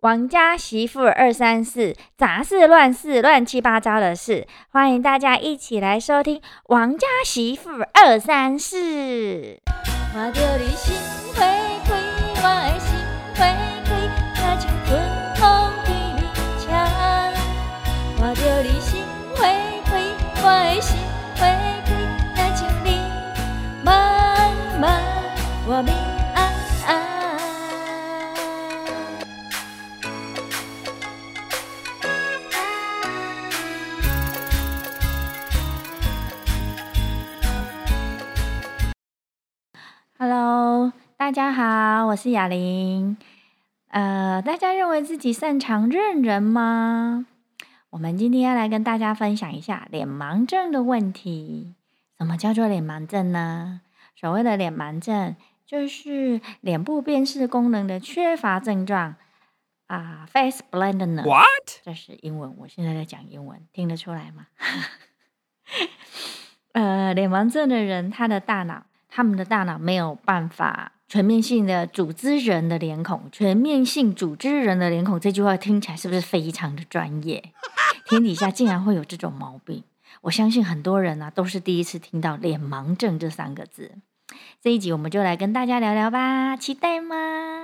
王家媳妇234，杂事乱事，乱七八糟的事，欢迎大家一起来收听王家媳妇234。看到你心花开，我的心花开，若像春风天里车。看到你心花开，我的心花开，若像你茫茫我明暗暗。Hello， 大家好，我是雅玲。大家认为自己擅长认人吗？我们今天要来跟大家分享一下脸盲症的问题。什么叫做脸盲症呢？所谓的脸盲症，就是脸部辨识功能的缺乏症状face blindness。 What？ 这是英文，我现在在讲英文，听得出来吗？脸盲症的人，他们的大脑没有办法全面性的组织人的脸孔。全面性组织人的脸孔这句话听起来是不是非常的专业？天底下竟然会有这种毛病，我相信很多人都是第一次听到脸盲症这3个字。这一集我们就来跟大家聊聊吧，期待吗？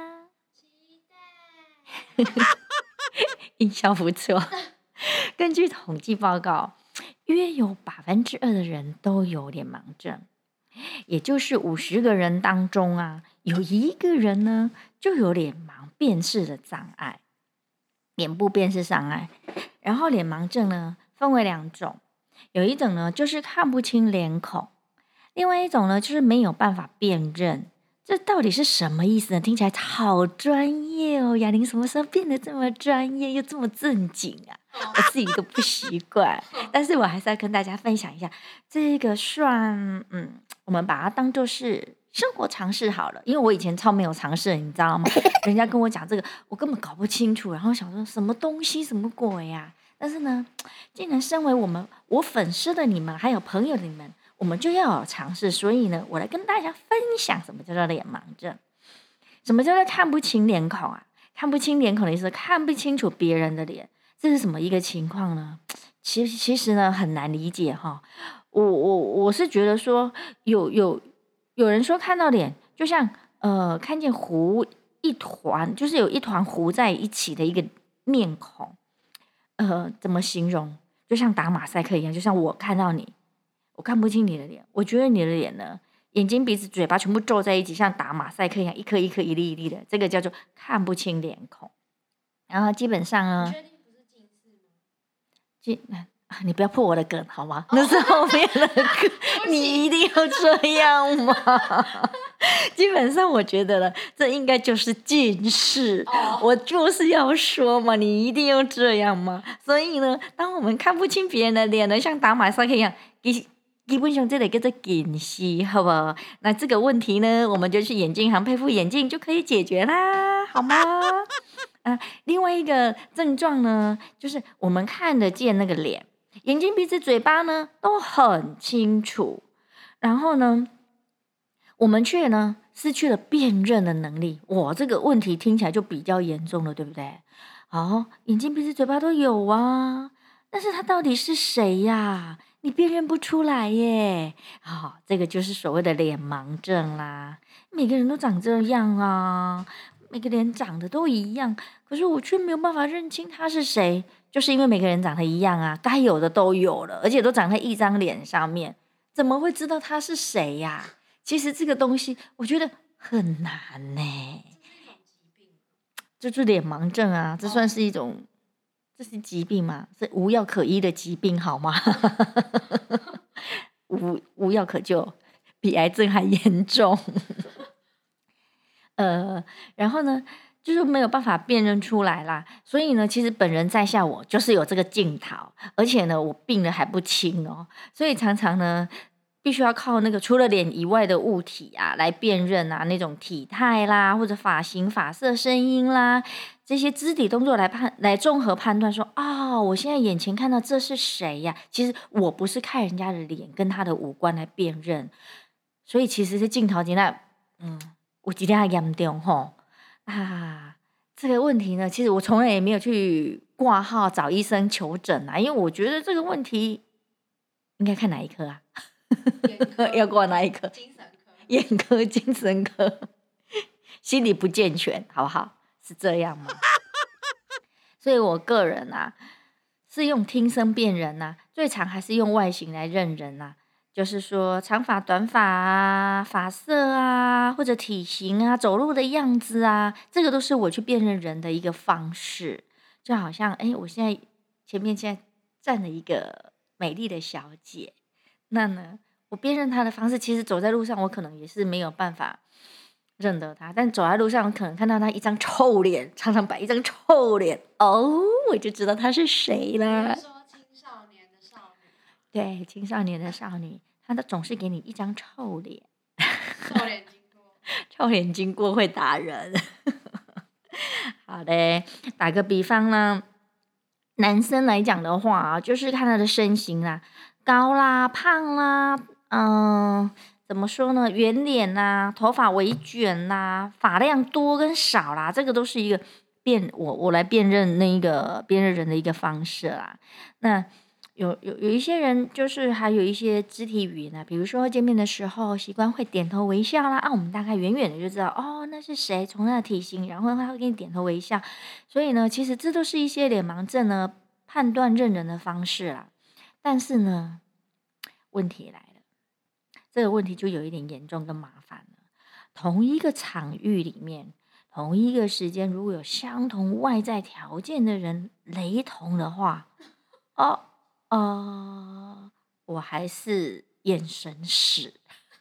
期待。音效不错。根据统计报告，约有2%的人都有脸盲症，也就是50个人当中有1个人呢就有脸盲辨识的障碍，脸部辨识障碍。然后脸盲症呢分为2种，有一种呢就是看不清脸孔，另外一种呢就是没有办法辨认。这到底是什么意思呢？听起来好专业哦！雅玲什么时候变得这么专业又这么正经啊？我自己都不习惯，但是我还是要跟大家分享一下。这个算我们把它当作是生活常识好了，因为我以前超没有常识，你知道吗？人家跟我讲这个，我根本搞不清楚，然后想说什么东西什么鬼呀？但是呢，既然身为我粉丝的你们，还有朋友的你们，我们就要有尝试，所以呢，我来跟大家分享什么叫做脸盲症。什么叫做看不清脸孔啊？看不清脸孔的意思，看不清楚别人的脸，这是什么一个情况呢？其实呢很难理解哈。我是觉得说，有人说看到脸就像看见糊一团，就是有一团糊在一起的一个面孔。怎么形容？就像打马赛克一样，就像我看到你。我看不清你的脸，我觉得你的脸呢，眼睛、鼻子、嘴巴全部皱在一起，像打马赛克一样，一颗一颗、一粒一粒的，这个叫做看不清脸孔。然后基本上呢， 你确定不是近视吗？ 你不要破我的梗好吗？那是后面的梗，你一定要这样吗？基本上我觉得了，这应该就是近视。我就是要说嘛，你一定要这样吗？所以呢，当我们看不清别人的脸呢，像打马赛克一样，基本上这里叫做近视，好不好？那这个问题呢，我们就去眼镜行配副眼镜就可以解决啦，好吗？另外一个症状呢，就是我们看得见那个脸，眼睛、鼻子、嘴巴呢都很清楚，然后呢，我们却呢失去了辨认的能力。哇，这个问题听起来就比较严重了，对不对？好，眼睛、鼻子、嘴巴都有啊，但是他到底是谁呀？你辨认不出来耶。这个就是所谓的脸盲症啦。每个人都长这样啊，每个人长得都一样，可是我却没有办法认清他是谁，就是因为每个人长得一样啊，该有的都有了，而且都长在一张脸上面，怎么会知道他是谁呀？其实这个东西我觉得很难呢。这是脸盲症啊，这算是一种，这是疾病吗？是无药可医的疾病好吗？无药可救，比癌症还严重。然后呢，就是没有办法辨认出来啦。所以呢，其实本人在下我就是有这个镜头，而且呢，我病得还不轻哦，所以常常呢，必须要靠那个除了脸以外的物体来辨认那种体态啦，或者发型、发色、声音啦，这些肢体动作来综合判断说我现在眼前看到这是谁呀？其实我不是看人家的脸跟他的五官来辨认，所以其实是镜头前有一点严重吼这个问题呢，其实我从来也没有去挂号找医生求诊啊，因为我觉得这个问题应该看哪一科啊？要挂哪一科？ 精神科、 眼科、精神科，心理不健全，好不好？是这样吗？所以我个人啊，是用听声辨人啊，最常还是用外形来认人啊。就是说长发、短发啊、发色啊，或者体型啊、走路的样子啊，这个都是我去辨认人的一个方式。就好像，我现在前面现在站了一个美丽的小姐，那呢，我辨认她的方式，其实走在路上，我可能也是没有办法认得她，但走在路上，可能看到她一张臭脸，常常摆一张臭脸，我就知道她是谁了。 你说青少年的少女， 对，青少年的少女，她都总是给你一张臭脸， 臭脸经过， 臭脸经过会打人。好嘞，打个比方呢，男生来讲的话啊，就是看他的身形啦，高啦、胖啦，怎么说呢？圆脸啦，头发微卷啦，发量多跟少啦，这个都是一个我来辨认那个辨认人的一个方式啦。那有一些人就是还有一些肢体语言啊，比如说见面的时候习惯会点头微笑啦，我们大概远远的就知道哦那是谁，从他的体型，然后他会给你点头微笑，所以呢，其实这都是一些脸盲症呢判断认人的方式啦。但是呢，问题来了，这个问题就有一点严重跟麻烦了。同一个场域里面，同一个时间，如果有相同外在条件的人雷同的话，我还是眼神使，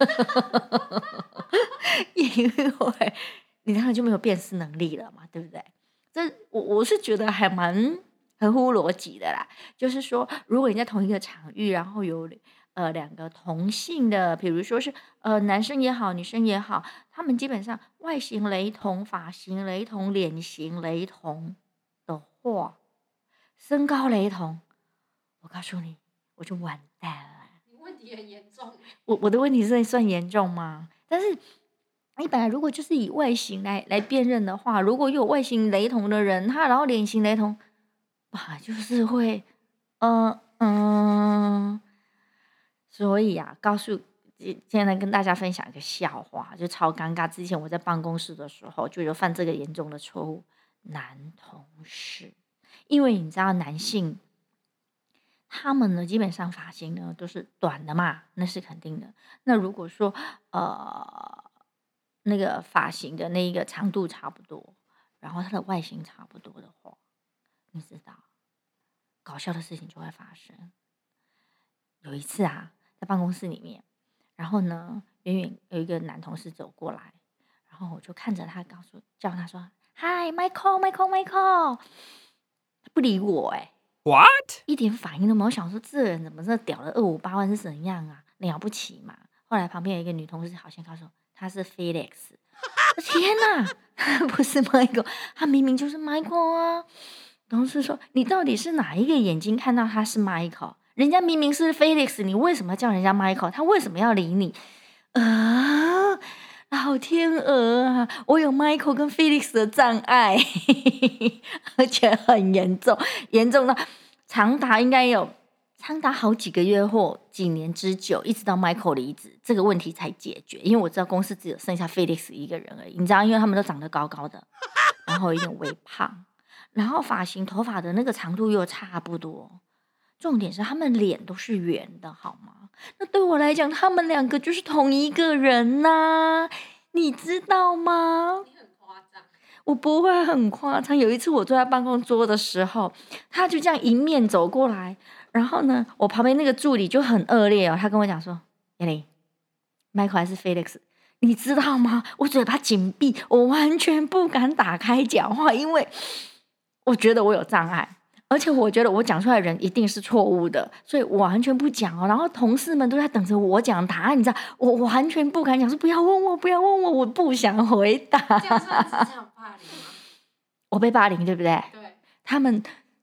因为你当然就没有辨识能力了嘛，对不对？这我是觉得还蛮合乎逻辑的啦。就是说，如果你在同一个场域，然后有两个同性的，比如说是男生也好，女生也好，他们基本上外形雷同、发型雷同、脸型雷同的话，身高雷同，我告诉你，我就完蛋了。 你问题很严重。 我的问题是算严重吗？但是你本来如果就是以外形来辨认的话，如果有外形雷同的人，他然后脸型雷同，就是会，所以啊，今天来跟大家分享一个笑话，就超尴尬。之前我在办公室的时候，就有犯这个严重的错误，男同事，因为你知道男性。他们呢，基本上发型呢都是短的嘛，那是肯定的。那如果说那个发型的那一个长度差不多，然后他的外形差不多的话，你知道，搞笑的事情就会发生。有一次啊，在办公室里面，然后呢，远远有一个男同事走过来，然后我就看着他，叫他说：“嗨，Michael。”他不理我 What？ 一点反应都没有。我想说这人怎么这屌了258万是怎样啊？了不起嘛？后来旁边有一个女同事好像告诉我他是 Felix， 天哪，他不是 Michael， 他明明就是 Michael 啊！同事说你到底是哪一个眼睛看到他是 Michael？ 人家明明是 Felix， 你为什么叫人家 Michael？ 他为什么要理你啊？老天鹅啊！我有 Michael 跟 Felix 的障碍，而且很严重，严重到长达好几个月或几年之久，一直到 Michael 离职，这个问题才解决。因为我知道公司只有剩下 Felix 一个人而已，你知道，因为他们都长得高高的，然后有点微胖，然后发型、头发的那个长度又差不多。重点是他们脸都是圆的，好吗？那对我来讲，他们两个就是同一个人呐，你知道吗？ 你很夸张。 我不会很夸张。有一次我坐在办公桌的时候，他就这样迎面走过来，然后呢，我旁边那个助理就很恶劣哦，他跟我讲说：“叶玲，Michael 还是 Felix， 你知道吗？我嘴巴紧闭，我完全不敢打开讲话，因为我觉得我有障碍。”而且我觉得我讲出来的人一定是错误的，所以我完全不讲哦。然后同事们都在等着我讲答案，你知道，我完全不敢讲，说不要问我，不要问我，我不想回答。 这样算职场霸凌吗？ 我被霸凌，对不对？ 对。 他们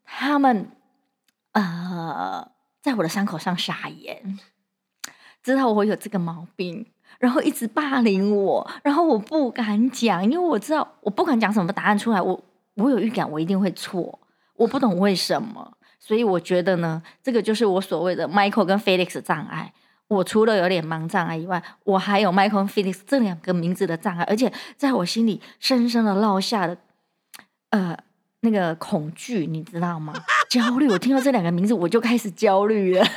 在我的伤口上撒盐，知道我有这个毛病，然后一直霸凌我，然后我不敢讲，因为我知道我不敢讲什么答案出来， 我有预感我一定会错，我不懂为什么，所以我觉得呢，这个就是我所谓的 Michael 跟 Felix 障碍。我除了有脸盲障碍以外，我还有 Michael 跟 Felix 这两个名字的障碍，而且在我心里深深的烙下了那个恐惧，你知道吗？焦虑，我听到这两个名字我就开始焦虑了。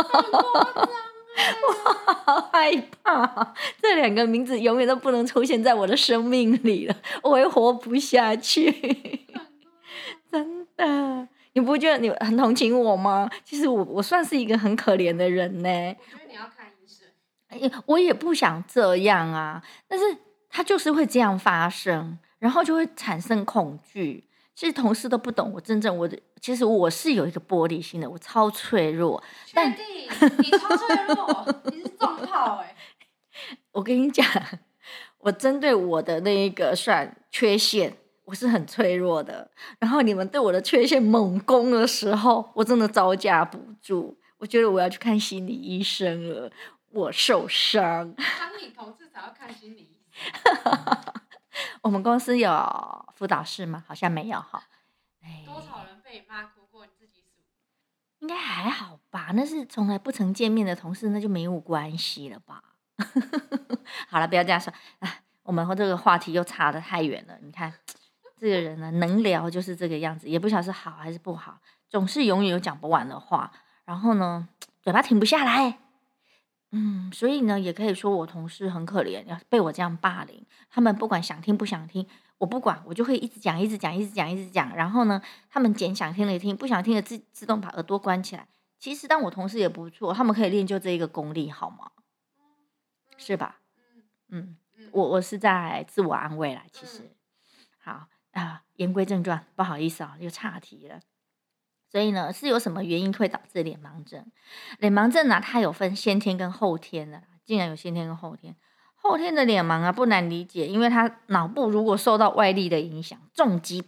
我好害怕，这两个名字永远都不能出现在我的生命里了，我会活不下去。真的，你不觉得你很同情我吗？其实我算是一个很可怜的人呢。 我觉得你要看医生。 我也不想这样啊，但是它就是会这样发生，然后就会产生恐惧。其实同事都不懂我真正其实我是有一个玻璃心的，我超脆弱。 确定？你超脆弱，你是重炮哎、 我跟你讲，我针对我的那一个算缺陷，我是很脆弱的。然后你们对我的缺陷猛攻的时候，我真的招架不住。我觉得我要去看心理医生了，我受伤。 当你同事才要看心理医生。 我们公司有辅导室吗？好像没有哈。 多少人被你骂哭过？你自己数。 应该还好吧？那是从来不曾见面的同事，那就没有关系了吧？好了，不要这样说。我们和这个话题又差得太远了。你看，这个人呢，能聊就是这个样子，也不晓得是好还是不好，总是永远有讲不完的话，然后呢，嘴巴停不下来。所以呢，也可以说我同事很可怜，要被我这样霸凌。他们不管想听不想听，我不管，我就会一直讲，一直讲，一直讲，一直讲。然后呢，他们捡想听的听，不想听的自动把耳朵关起来。其实当我同事也不错，他们可以练就这一个功力，好吗？是吧？我是在自我安慰啦，其实。好言归正传，不好意思又岔题了。所以呢，是有什么原因会导致脸盲症？脸盲症它有分先天跟后天的，竟然有先天跟后天。后天的脸盲不难理解，因为他脑部如果受到外力的影响，重击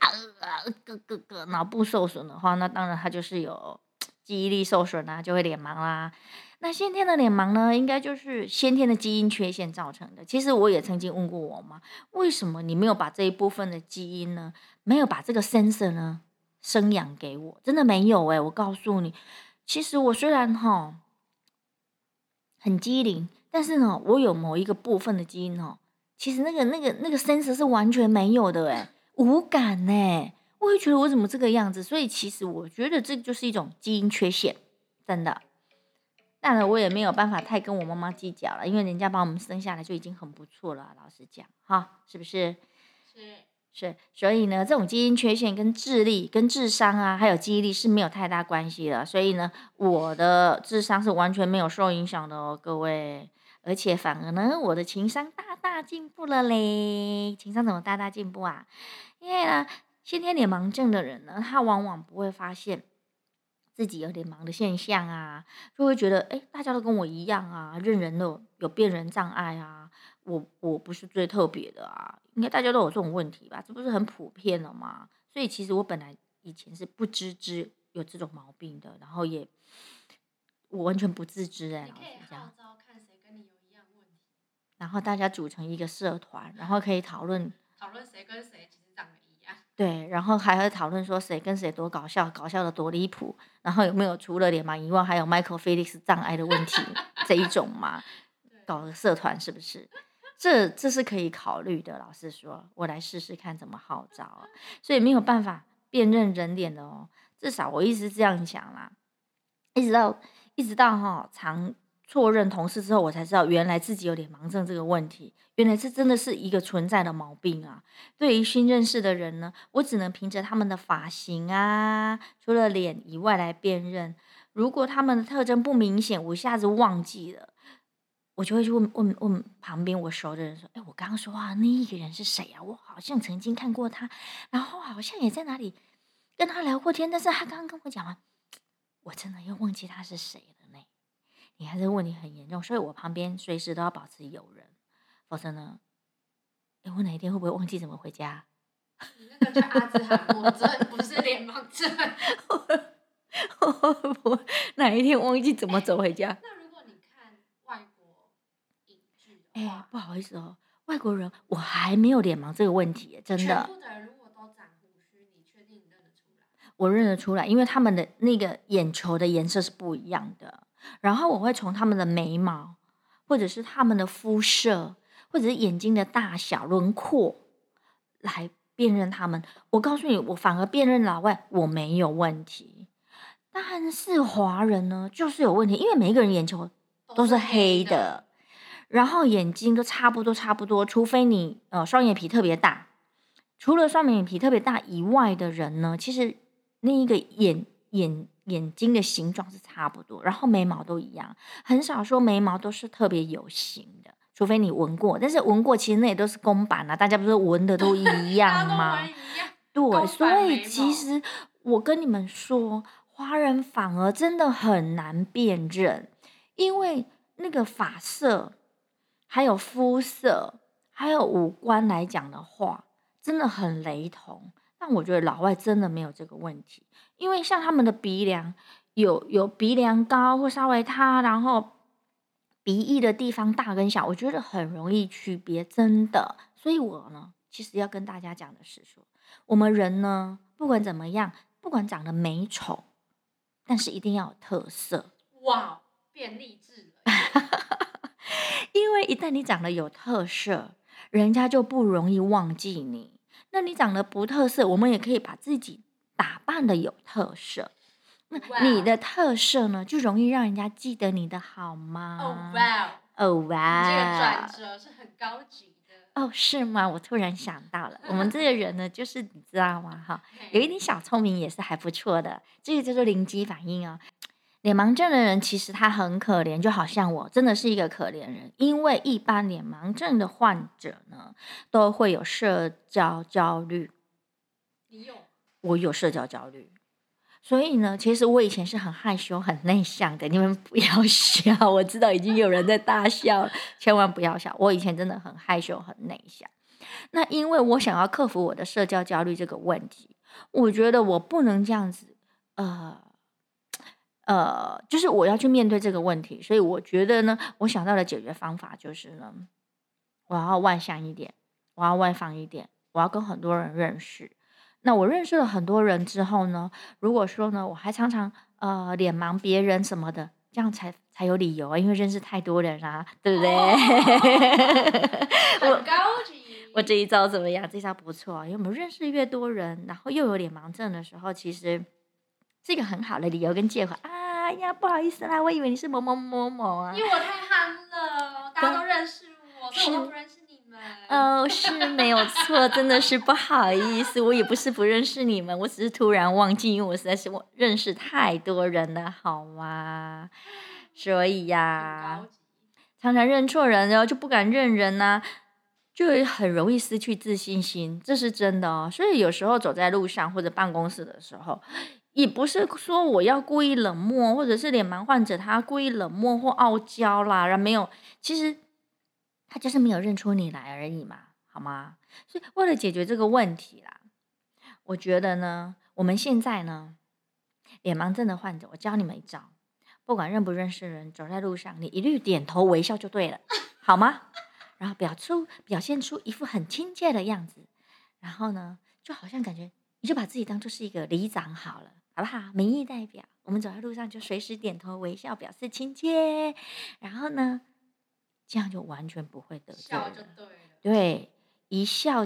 脑部受损的话，那当然他就是有记忆力受损啊，就会脸盲啦。那先天的脸盲呢，应该就是先天的基因缺陷造成的。其实我也曾经问过我妈，为什么你没有把这一部分的基因呢，没有把这个 sensor 呢生养给我？真的没有我告诉你，其实我虽然很机灵，但是呢，我有某一个部分的基因其实那个 sensor 是完全没有的无感我会觉得我怎么这个样子，所以其实我觉得这就是一种基因缺陷，真的。当然我也没有办法太跟我妈妈计较了，因为人家把我们生下来就已经很不错了，老实讲是不是？是，所以呢，这种基因缺陷跟智力、跟智商啊，还有记忆力是没有太大关系的。所以呢，我的智商是完全没有受影响的哦，各位。而且反而呢，我的情商大大进步了嘞。情商怎么大大进步啊？因为呢，先天脸盲症的人呢，他往往不会发现自己有脸盲的现象啊，就会觉得大家都跟我一样啊，人人都有辨认障碍啊，我不是最特别的啊，应该大家都有这种问题吧？这不是很普遍了吗？所以其实我本来以前是不知有这种毛病的，然后我完全不自知你老可以实讲。 号召看谁跟你有一样问题， 然后大家组成一个社团，然后可以讨论谁跟谁其实长得一样。 对，然后还会讨论说谁跟谁多搞笑，搞笑的多离谱，然后有没有除了脸盲以外，还有 Michael Felix 障碍的问题这一种嘛？搞个社团是不是？这是可以考虑的。老实说，我来试试看怎么号召啊。所以没有办法辨认人脸的哦，至少我一直这样想啦，一直到常错认同事之后，我才知道原来自己有脸盲症这个问题，原来这真的是一个存在的毛病啊。对于新认识的人呢，我只能凭着他们的发型啊，除了脸以外来辨认。如果他们的特征不明显，我一下子忘记了，我就会去问旁边我熟的人说：“我刚刚说话那一个人是谁啊？我好像曾经看过他，然后好像也在哪里跟他聊过天，但是他刚刚跟我讲完，我真的又忘记他是谁了呢。”你看这个问题很严重，所以我旁边随时都要保持有人，否则呢，我哪一天会不会忘记怎么回家？ 你那个叫阿兹海默症，不是脸盲症。 我哪一天忘记怎么走回家？ 那如果你看外国影剧的话， 不好意思外国人我还没有脸盲这个问题，真的。 全部的人如果都长胡确定你认得出来？ 我认得出来，因为他们的那个眼球的颜色是不一样的。然后我会从他们的眉毛，或者是他们的肤色，或者是眼睛的大小、轮廓来辨认他们。我告诉你，我反而辨认老外我没有问题，但是华人呢就是有问题，因为每一个人眼球都是黑的，然后眼睛都差不多差不多，除非你双眼皮特别大。除了双眼皮特别大以外的人呢，其实那一个眼睛的形状是差不多，然后眉毛都一样，很少说眉毛都是特别有型的，除非你纹过。但是纹过其实那也都是公版啊，大家不是纹的都一样吗？ 大家都纹一样。 对，所以眉毛其实我跟你们说，华人反而真的很难辨认，因为那个发色、还有肤色、还有五官来讲的话，真的很雷同。但我觉得老外真的没有这个问题，因为像他们的鼻梁有鼻梁高或稍微塌，然后鼻翼的地方大跟小，我觉得很容易区别，真的。所以我呢，其实要跟大家讲的是说，我们人呢，不管怎么样，不管长得美丑，但是一定要有特色。 哇，变励志了耶！ 因为一旦你长得有特色，人家就不容易忘记你。那你长得不特色，我们也可以把自己打扮的有特色。那哇你的特色呢，就容易让人家记得你的好哦吗？ 哇， 哦你这个转哇！ 折是很高级的。 哦，是吗？我突然想到了，我们这个人呢，就是你知道吗？哈，有一嘿点小聪明也是还不错的，这个叫做灵机反应哦。脸盲症的人其实他很可怜，就好像我真的是一个可怜人，因为一般脸盲症的患者呢，都会有社交焦虑， 你有我有社交焦虑。所以呢，其实我以前是很害羞、很内向的。你们不要笑，我知道已经有人在大笑了，千万不要笑。我以前真的很害羞、很内向。那因为我想要克服我的社交焦虑这个问题，我觉得我不能这样子，就是我要去面对这个问题。所以我觉得呢，我想到的解决方法就是呢，我要外向一点，我要外放一点，我要跟很多人认识。那我认识了很多人之后呢，如果说呢，我还常常脸盲别人什么的，这样才有理由啊，因为认识太多人啦、对不对？ 很高级。 我这一招怎么样？这一招不错啊，因为我们认识越多人，然后又有脸盲症的时候，其实是一个很好的理由跟借口。啊呀，不好意思啦，我以为你是某某某某啊因。为我太憨了，大家都认识我，所以我都不认识你们。 哦，是没有错，真的是不好意思，我也不是不认识你们，我只是突然忘记，因为我实在是认识太多人了，好吗？所以很呀、 高级。 常常认错人，然后就不敢认人呐、就会很容易失去自信心，这是真的哦。所以有时候走在路上或者办公室的时候，也不是说我要故意冷漠，或者是脸盲患者他故意冷漠或傲娇啦，然后没有，其实他就是没有认出你来而已嘛，好吗？所以为了解决这个问题啦，我觉得呢，我们现在呢，脸盲症的患者，我教你们一招，不管认不认识人，走在路上，你一律点头微笑就对了，好吗？然后表现出一副很亲切的样子，然后呢，就好像感觉你就把自己当做是一个里长好了，好不好？民意代表，我们走在路上就随时点头微笑，表示亲切，然后呢，这样就完全不会得罪笑就人。 对了。 对，一笑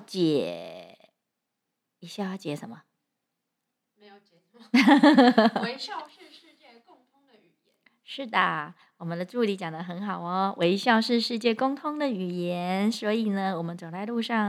要解什么？ 没有解释。微笑是世界共通的语言。 是的，我们的助理讲得很好哦，微笑是世界共通的语言。所以呢，我们走在路上，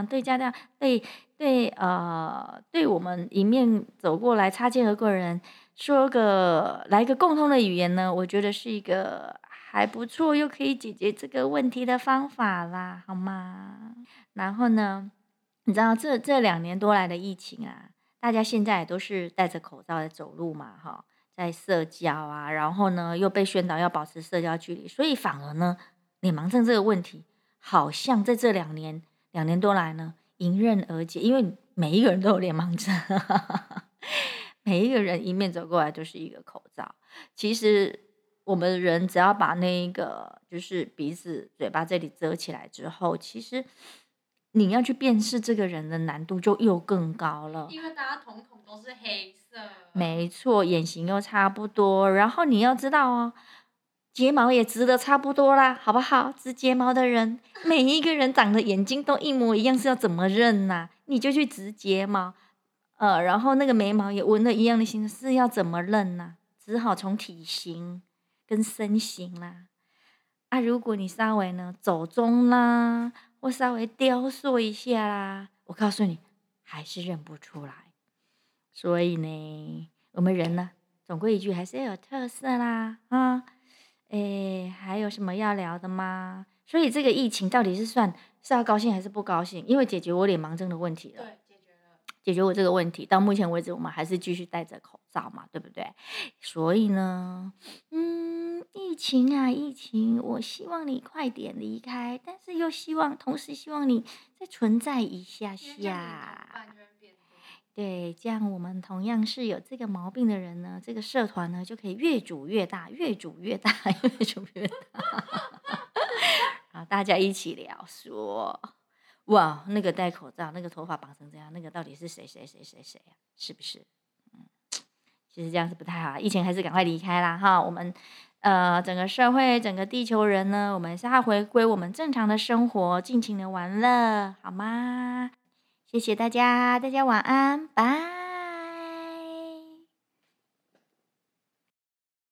对我们迎面走过来擦肩而过的人，来个共通的语言呢，我觉得是一个还不错又可以解决这个问题的方法啦，好吗？然后呢，你知道这2年多来的疫情啊，大家现在也都是戴着口罩在走路嘛，哈。在社交啊，然后呢又被宣导要保持社交距离，所以反而呢，脸盲症这个问题好像在这2年多来呢迎刃而解，因为每一个人都有脸盲症，每一个人迎面走过来都是一个口罩。其实我们人只要把那个就是鼻子、嘴巴这里遮起来之后，其实你要去辨识这个人的难度就又更高了。 因为大家瞳孔都是黑色。 没错，眼型又差不多，然后你要知道哦，睫毛也直的差不多啦，好不好？直睫毛的人，每一个人长的眼睛都一模一样，是要怎么认呐？你就去直睫毛，然后那个眉毛也纹了一样的形，是要怎么认呐？只好从体型跟身形啦。啊，如果你稍微呢走中啦，或稍微雕塑一下啦，我告诉你，还是认不出来。所以呢，我们人呢，总归一句还是要有特色啦，啊，还有什么要聊的吗？所以这个疫情到底是要高兴还是不高兴？因为解决我脸盲症的问题了。 对，解决了。 解决我这个问题，到目前为止，我们还是继续戴着口罩嘛，对不对？所以呢，疫情啊，疫情，我希望你快点离开，但是又同时希望你再存在一下因为这样你的同下。 伴就会变多。 对，这样我们同样是有这个毛病的人呢，这个社团呢就可以越煮越大，越煮越大，越煮越大。然后大家一起聊说，哇，那个戴口罩，那个头发绑成这样，那个到底是谁啊？是不是？其实这样是不太好，疫情还是赶快离开啦哈。我们整个社会、整个地球人呢，我们是要回归我们正常的生活，尽情的玩乐，好吗？谢谢大家，大家晚安，拜。